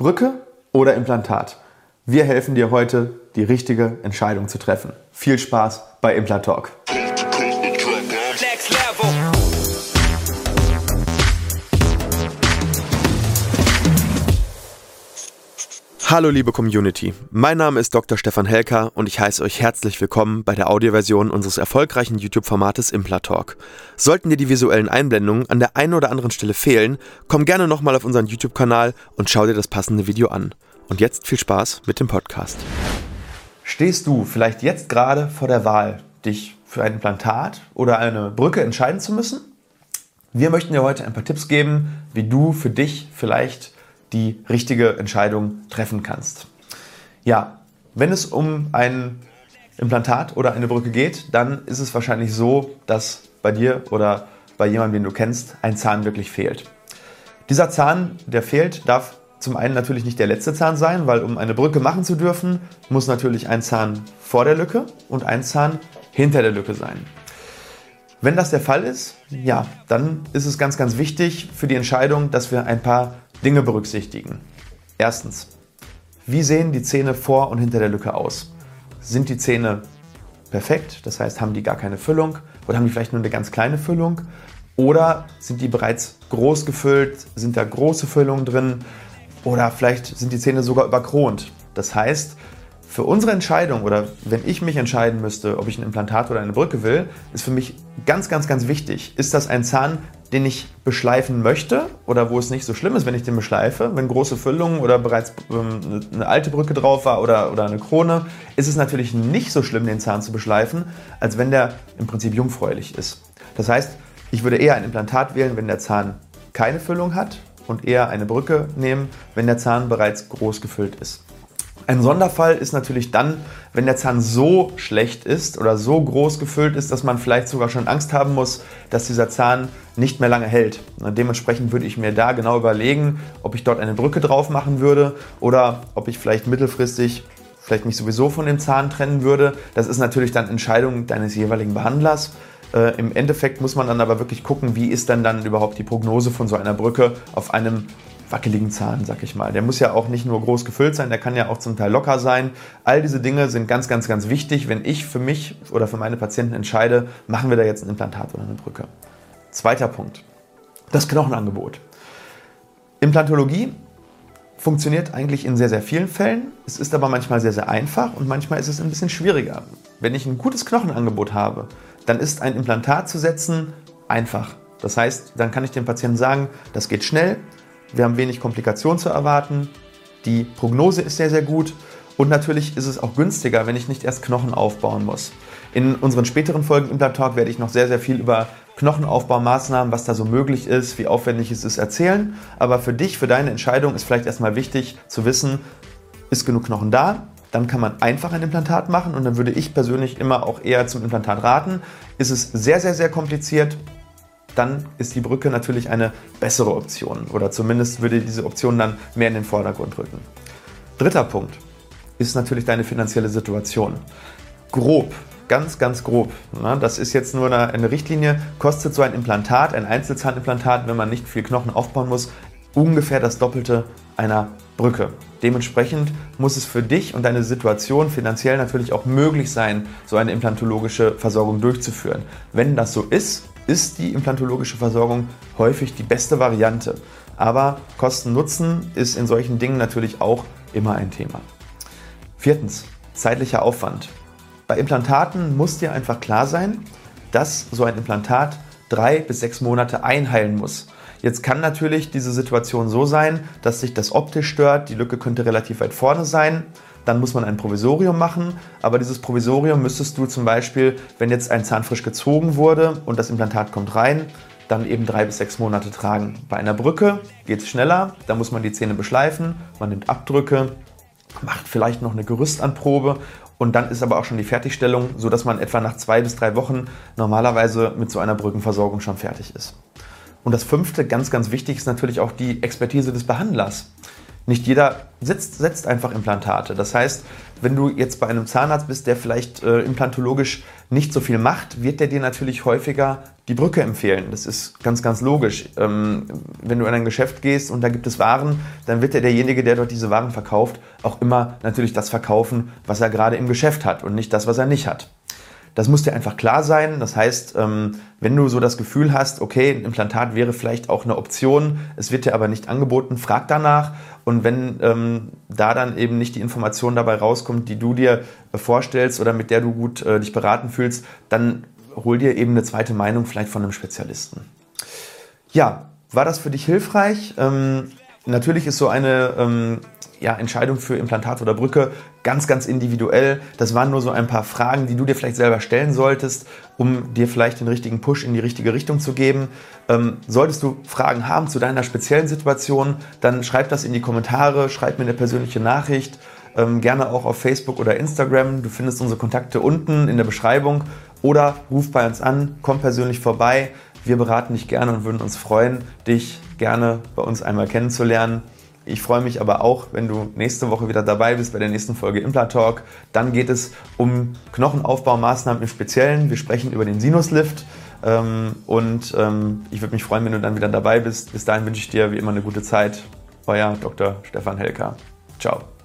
Brücke oder Implantat? Wir helfen dir heute, die richtige Entscheidung zu treffen. Viel Spaß bei Implantalk. Hallo liebe Community, mein Name ist Dr. Stefan Helker und ich heiße euch herzlich willkommen bei der Audioversion unseres erfolgreichen YouTube-Formates Implantalk. Sollten dir die visuellen Einblendungen an der einen oder anderen Stelle fehlen, komm gerne nochmal auf unseren YouTube-Kanal und schau dir das passende Video an. Und jetzt viel Spaß mit dem Podcast. Stehst du vielleicht jetzt gerade vor der Wahl, dich für ein Implantat oder eine Brücke entscheiden zu müssen? Wir möchten dir heute ein paar Tipps geben, wie du für dich vielleicht die richtige Entscheidung treffen kannst. Ja, wenn es um ein Implantat oder eine Brücke geht, dann ist es wahrscheinlich so, dass bei dir oder bei jemandem, den du kennst, ein Zahn wirklich fehlt. Dieser Zahn, der fehlt, darf zum einen natürlich nicht der letzte Zahn sein, weil um eine Brücke machen zu dürfen, muss natürlich ein Zahn vor der Lücke und ein Zahn hinter der Lücke sein. Wenn das der Fall ist, ja, dann ist es ganz, ganz wichtig für die Entscheidung, dass wir ein paar Dinge berücksichtigen. Erstens, wie sehen die Zähne vor und hinter der Lücke aus? Sind die Zähne perfekt, das heißt, haben die gar keine Füllung oder haben die vielleicht nur eine ganz kleine Füllung? Oder sind die bereits groß gefüllt, sind da große Füllungen drin oder vielleicht sind die Zähne sogar überkront? Das heißt, für unsere Entscheidung oder wenn ich mich entscheiden müsste, ob ich ein Implantat oder eine Brücke will, ist für mich ganz, ganz, ganz wichtig, ist das ein Zahn, den ich beschleifen möchte oder wo es nicht so schlimm ist, wenn ich den beschleife, wenn große Füllungen oder bereits eine alte Brücke drauf war oder eine Krone, ist es natürlich nicht so schlimm, den Zahn zu beschleifen, als wenn der im Prinzip jungfräulich ist. Das heißt, ich würde eher ein Implantat wählen, wenn der Zahn keine Füllung hat und eher eine Brücke nehmen, wenn der Zahn bereits groß gefüllt ist. Ein Sonderfall ist natürlich dann, wenn der Zahn so schlecht ist oder so groß gefüllt ist, dass man vielleicht sogar schon Angst haben muss, dass dieser Zahn nicht mehr lange hält. Und dementsprechend würde ich mir da genau überlegen, ob ich dort eine Brücke drauf machen würde oder ob ich vielleicht mittelfristig vielleicht mich sowieso von dem Zahn trennen würde. Das ist natürlich dann Entscheidung deines jeweiligen Behandlers. Im Endeffekt muss man dann aber wirklich gucken, wie ist dann überhaupt die Prognose von so einer Brücke auf einem wackeligen Zahn, sag ich mal. Der muss ja auch nicht nur groß gefüllt sein, der kann ja auch zum Teil locker sein. All diese Dinge sind ganz, ganz, ganz wichtig, wenn ich für mich oder für meine Patienten entscheide, machen wir da jetzt ein Implantat oder eine Brücke. Zweiter Punkt, das Knochenangebot. Implantologie funktioniert eigentlich in sehr, sehr vielen Fällen. Es ist aber manchmal sehr, sehr einfach und manchmal ist es ein bisschen schwieriger. Wenn ich ein gutes Knochenangebot habe, dann ist ein Implantat zu setzen einfach. Das heißt, dann kann ich dem Patienten sagen, das geht schnell, wir haben wenig Komplikationen zu erwarten, die Prognose ist sehr, sehr gut und natürlich ist es auch günstiger, wenn ich nicht erst Knochen aufbauen muss. In unseren späteren Folgen Implantalk werde ich noch sehr, sehr viel über Knochenaufbaumaßnahmen, was da so möglich ist, wie aufwendig es ist, erzählen. Aber für dich, für deine Entscheidung ist vielleicht erstmal wichtig zu wissen, ist genug Knochen da? Dann kann man einfach ein Implantat machen und dann würde ich persönlich immer auch eher zum Implantat raten. Ist es sehr, sehr, sehr kompliziert, dann ist die Brücke natürlich eine bessere Option oder zumindest würde diese Option dann mehr in den Vordergrund rücken. Dritter Punkt ist natürlich deine finanzielle Situation. Grob, ganz, ganz grob, das ist jetzt nur eine Richtlinie, kostet so ein Implantat, ein Einzelzahnimplantat, wenn man nicht viel Knochen aufbauen muss, ungefähr das Doppelte einer Brücke. Dementsprechend muss es für dich und deine Situation finanziell natürlich auch möglich sein, so eine implantologische Versorgung durchzuführen. Wenn das so ist die implantologische Versorgung häufig die beste Variante. Aber Kosten-Nutzen ist in solchen Dingen natürlich auch immer ein Thema. Viertens, zeitlicher Aufwand. Bei Implantaten muss dir einfach klar sein, dass so ein Implantat 3 bis 6 Monate einheilen muss. Jetzt kann natürlich diese Situation so sein, dass sich das optisch stört, die Lücke könnte relativ weit vorne sein, dann muss man ein Provisorium machen, aber dieses Provisorium müsstest du zum Beispiel, wenn jetzt ein Zahn frisch gezogen wurde und das Implantat kommt rein, dann eben 3 bis 6 Monate tragen. Bei einer Brücke geht es schneller, da muss man die Zähne beschleifen, man nimmt Abdrücke, macht vielleicht noch eine Gerüstanprobe und dann ist aber auch schon die Fertigstellung, sodass man etwa nach 2 bis 3 Wochen normalerweise mit so einer Brückenversorgung schon fertig ist. Und das fünfte, ganz, ganz wichtig, ist natürlich auch die Expertise des Behandlers. Nicht jeder setzt einfach Implantate. Das heißt, wenn du jetzt bei einem Zahnarzt bist, der vielleicht implantologisch nicht so viel macht, wird der dir natürlich häufiger die Brücke empfehlen. Das ist ganz, ganz logisch. Wenn du in ein Geschäft gehst und da gibt es Waren, dann wird derjenige, der dort diese Waren verkauft, auch immer natürlich das verkaufen, was er gerade im Geschäft hat und nicht das, was er nicht hat. Das muss dir einfach klar sein. Das heißt, wenn du so das Gefühl hast, okay, ein Implantat wäre vielleicht auch eine Option, es wird dir aber nicht angeboten, frag danach. Und wenn da dann eben nicht die Information dabei rauskommt, die du dir vorstellst oder mit der du gut dich beraten fühlst, dann hol dir eben eine zweite Meinung vielleicht von einem Spezialisten. Ja, war das für dich hilfreich? Natürlich ist so eine Entscheidung für Implantat oder Brücke ganz, ganz individuell. Das waren nur so ein paar Fragen, die du dir vielleicht selber stellen solltest, um dir vielleicht den richtigen Push in die richtige Richtung zu geben. Solltest du Fragen haben zu deiner speziellen Situation, dann schreib das in die Kommentare, schreib mir eine persönliche Nachricht, gerne auch auf Facebook oder Instagram. Du findest unsere Kontakte unten in der Beschreibung oder ruf bei uns an, komm persönlich vorbei. Wir beraten dich gerne und würden uns freuen, dich gerne bei uns einmal kennenzulernen. Ich freue mich aber auch, wenn du nächste Woche wieder dabei bist bei der nächsten Folge Implantalk. Dann geht es um Knochenaufbaumaßnahmen im Speziellen. Wir sprechen über den Sinuslift und ich würde mich freuen, wenn du dann wieder dabei bist. Bis dahin wünsche ich dir wie immer eine gute Zeit. Euer Dr. Stefan Helker. Ciao.